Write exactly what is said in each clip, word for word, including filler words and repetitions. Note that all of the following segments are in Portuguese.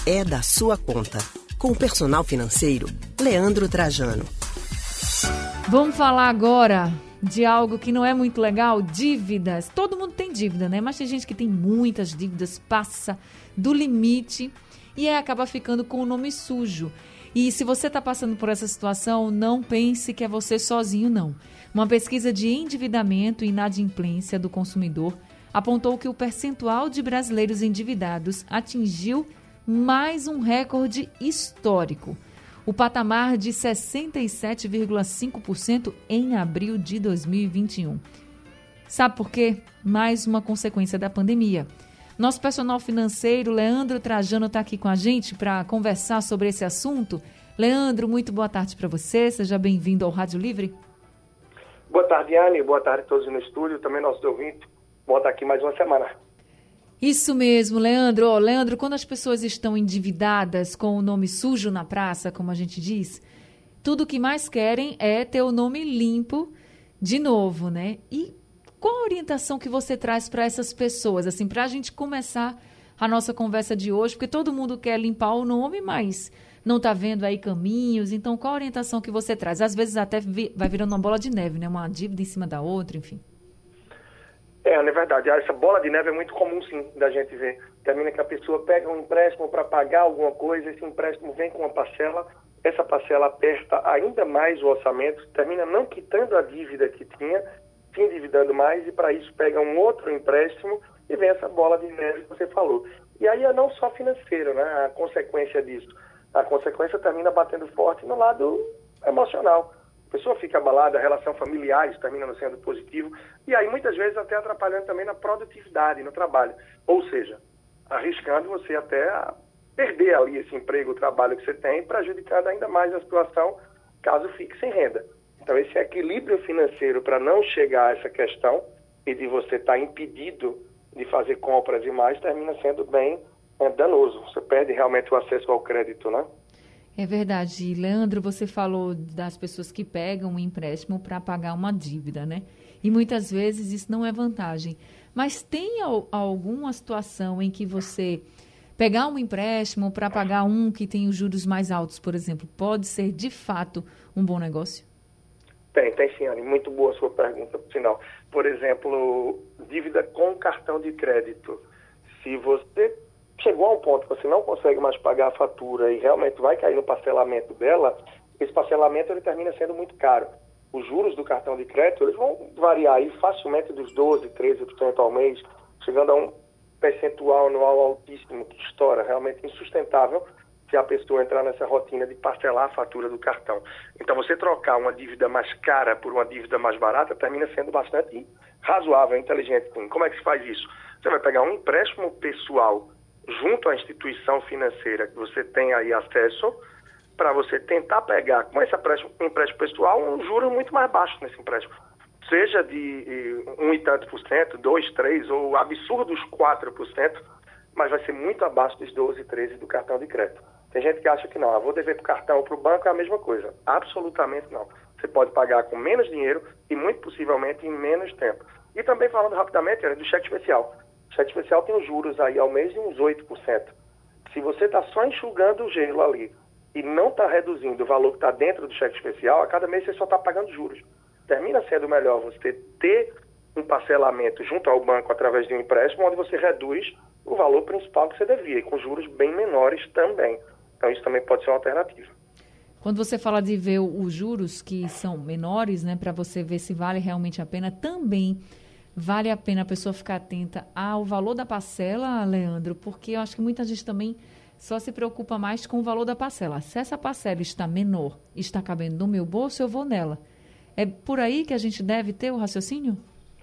é da sua conta. Com o personal financeiro, Leandro Trajano. Vamos falar agora de algo que não é muito legal, dívidas. Todo mundo tem dívida, né? Mas tem gente que tem muitas dívidas, passa do limite e aí acaba ficando com o nome sujo. E se você está passando por essa situação, não pense que é você sozinho, não. Uma pesquisa de endividamento e inadimplência do consumidor apontou que o percentual de brasileiros endividados atingiu mais um recorde histórico. O patamar de sessenta e sete vírgula cinco por cento em abril de dois mil e vinte e um. Sabe por quê? Mais uma consequência da pandemia. Nosso personal financeiro, Leandro Trajano, está aqui com a gente para conversar sobre esse assunto. Leandro, muito boa tarde para você. Seja bem-vindo ao Rádio Livre. Boa tarde, Anne. Boa tarde a todos no estúdio. Também nossos ouvintes. Bom estar aqui mais uma semana. Isso mesmo, Leandro. Oh, Leandro, quando as pessoas estão endividadas com o nome sujo na praça, como a gente diz, tudo o que mais querem é ter o nome limpo de novo, né? E qual a orientação que você traz para essas pessoas, assim, para a gente começar a nossa conversa de hoje? Porque todo mundo quer limpar o nome, mas não está vendo aí caminhos. Então, qual a orientação que você traz? Às vezes até vai virando uma bola de neve, né? Uma dívida em cima da outra, enfim. É, na verdade, essa bola de neve é muito comum, sim, da gente ver. Termina que a pessoa pega um empréstimo para pagar alguma coisa, esse empréstimo vem com uma parcela, essa parcela aperta ainda mais o orçamento, termina não quitando a dívida que tinha, se endividando mais, e para isso pega um outro empréstimo e vem essa bola de neve que você falou. E aí é não só financeiro, né, a consequência disso. A consequência termina batendo forte no lado emocional. A pessoa fica abalada, a relação familiar isso termina não sendo positivo, e aí muitas vezes até atrapalhando também na produtividade, no trabalho. Ou seja, arriscando você até a perder ali esse emprego, o trabalho que você tem, prejudicando ainda mais a situação caso fique sem renda. Então esse equilíbrio financeiro para não chegar a essa questão e de você estar impedido de fazer compras e mais, termina sendo bem é, danoso. Você perde realmente o acesso ao crédito, né? É verdade. Leandro, você falou das pessoas que pegam um empréstimo para pagar uma dívida, né? E muitas vezes isso não é vantagem. Mas tem al- alguma situação em que você pegar um empréstimo para pagar um que tem os juros mais altos, por exemplo, pode ser de fato um bom negócio? Tem, tem sim, Anny. Muito boa a sua pergunta, por sinal. Por exemplo, dívida com cartão de crédito. Se você chegou a um ponto que você não consegue mais pagar a fatura e realmente vai cair no parcelamento dela, esse parcelamento ele termina sendo muito caro. Os juros do cartão de crédito eles vão variar aí facilmente dos doze, treze por cento ao mês, chegando a um percentual anual altíssimo que estoura, realmente insustentável se a pessoa entrar nessa rotina de parcelar a fatura do cartão. Então você trocar uma dívida mais cara por uma dívida mais barata termina sendo bastante razoável, inteligente. Como é que se faz isso? Você vai pegar um empréstimo pessoal junto à instituição financeira que você tem aí acesso, para você tentar pegar com esse empréstimo, empréstimo pessoal um juro muito mais baixo nesse empréstimo. Seja de um e tanto por cento, dois, três, ou absurdos quatro por cento, mas vai ser muito abaixo dos doze, treze do cartão de crédito. Tem gente que acha que não, eu vou dever para o cartão ou para o banco, é a mesma coisa. Absolutamente não. Você pode pagar com menos dinheiro e muito possivelmente em menos tempo. E também falando rapidamente do cheque especial. O cheque especial tem os juros aí ao mês de uns oito por cento. Se você está só enxugando o gelo ali e não está reduzindo o valor que está dentro do cheque especial, a cada mês você só está pagando juros. Termina sendo melhor você ter um parcelamento junto ao banco através de um empréstimo, onde você reduz o valor principal que você devia, e com juros bem menores também. Então isso também pode ser uma alternativa. Quando você fala de ver os juros que são menores, né, para você ver se vale realmente a pena, também vale a pena a pessoa ficar atenta ao valor da parcela, Leandro, porque eu acho que muita gente também só se preocupa mais com o valor da parcela. Se essa parcela está menor, está cabendo no meu bolso, eu vou nela. É por aí que a gente deve ter o raciocínio?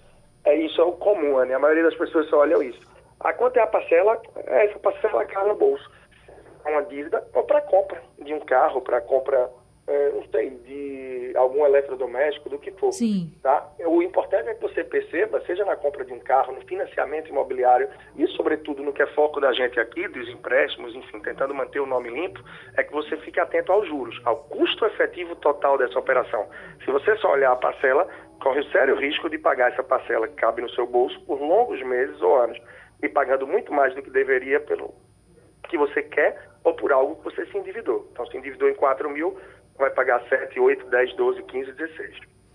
É isso, é o comum, Anny. A maioria das pessoas só olham isso. A quanto é a parcela? É essa parcela que cai no bolso. É uma dívida ou para compra de um carro, para compra, é, não sei, de algum eletrodoméstico, do que for. Sim. Tá? O importante é que você perceba, seja na compra de um carro, no financiamento imobiliário e, sobretudo, no que é foco da gente aqui, dos empréstimos, enfim, tentando manter o nome limpo, é que você fique atento aos juros, ao custo efetivo total dessa operação. Se você só olhar a parcela, corre o sério risco de pagar essa parcela que cabe no seu bolso por longos meses ou anos, e pagando muito mais do que deveria pelo que você quer ou por algo que você se endividou. Então, se endividou em quatro mil, vai pagar sete, oito, dez, doze, quinze, dezesseis.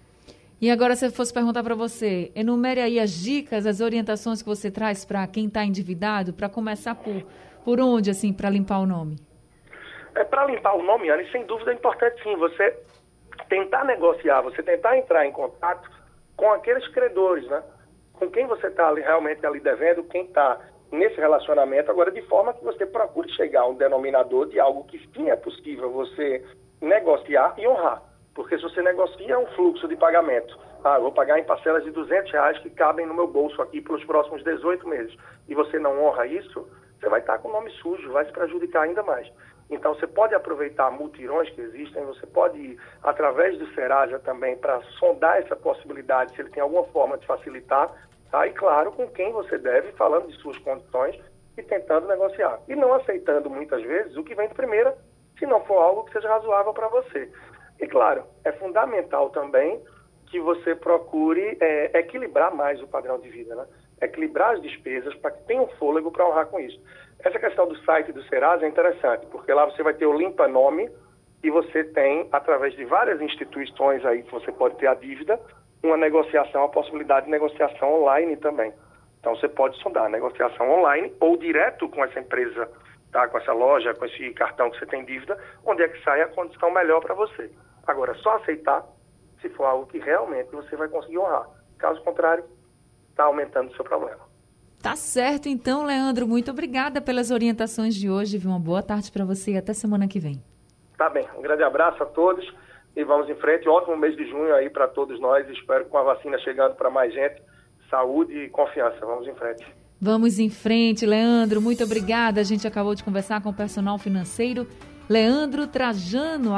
E agora, se eu fosse perguntar para você, enumere aí as dicas, as orientações que você traz para quem está endividado, para começar por, por onde, assim, para limpar o nome? É, para limpar o nome, Anne, sem dúvida é importante sim, você tentar negociar, você tentar entrar em contato com aqueles credores, né? Com quem você está ali, realmente ali devendo, quem está nesse relacionamento, agora de forma que você procure chegar a um denominador de algo que sim é possível você negociar e honrar. Porque se você negocia um fluxo de pagamento, ah, eu vou pagar em parcelas de duzentos reais que cabem no meu bolso aqui pelos próximos dezoito meses, e você não honra isso, você vai estar com o nome sujo, vai se prejudicar ainda mais. Então, você pode aproveitar mutirões que existem, você pode ir através do Serasa também para sondar essa possibilidade, se ele tem alguma forma de facilitar, tá? E claro, com quem você deve, falando de suas condições e tentando negociar. E não aceitando muitas vezes o que vem de primeira, se não for algo que seja razoável para você. E claro, é fundamental também que você procure é, equilibrar mais o padrão de vida, né? Equilibrar as despesas para que tenha um fôlego para honrar com isso. Essa questão do site do Serasa é interessante, porque lá você vai ter o Limpa Nome e você tem, através de várias instituições aí que você pode ter a dívida, uma negociação, a possibilidade de negociação online também. Então você pode sondar negociação online ou direto com essa empresa, tá? Com essa loja, com esse cartão que você tem dívida, onde é que sai a condição melhor para você. Agora, só aceitar se for algo que realmente você vai conseguir honrar. Caso contrário, está aumentando o seu problema. Tá certo, então, Leandro. Muito obrigada pelas orientações de hoje. Uma boa tarde para você e até semana que vem. Tá bem. Um grande abraço a todos e vamos em frente. Ótimo mês de junho aí para todos nós. Espero que com a vacina chegando para mais gente, saúde e confiança. Vamos em frente. Vamos em frente, Leandro. Muito obrigada. A gente acabou de conversar com o personal financeiro Leandro Trajano.